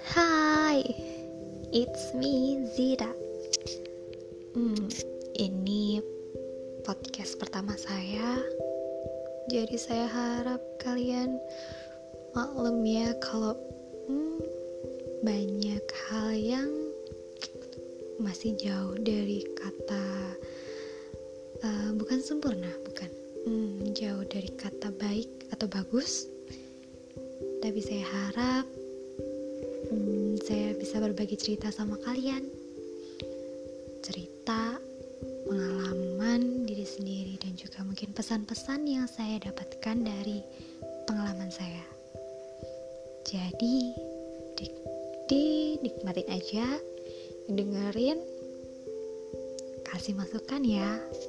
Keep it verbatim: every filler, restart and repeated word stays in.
Hai, it's me Zira. Hmm, ini podcast pertama saya. Jadi saya harap kalian maklum ya kalau hmm, banyak hal yang masih jauh dari kata uh, bukan sempurna, bukan hmm, jauh dari kata baik atau bagus. Tapi saya harap hmm, saya bisa berbagi cerita sama kalian. Cerita, pengalaman diri sendiri, dan juga mungkin pesan-pesan yang saya dapatkan dari pengalaman saya. Jadi, di, di nikmatin aja, dengerin, kasih masukan ya.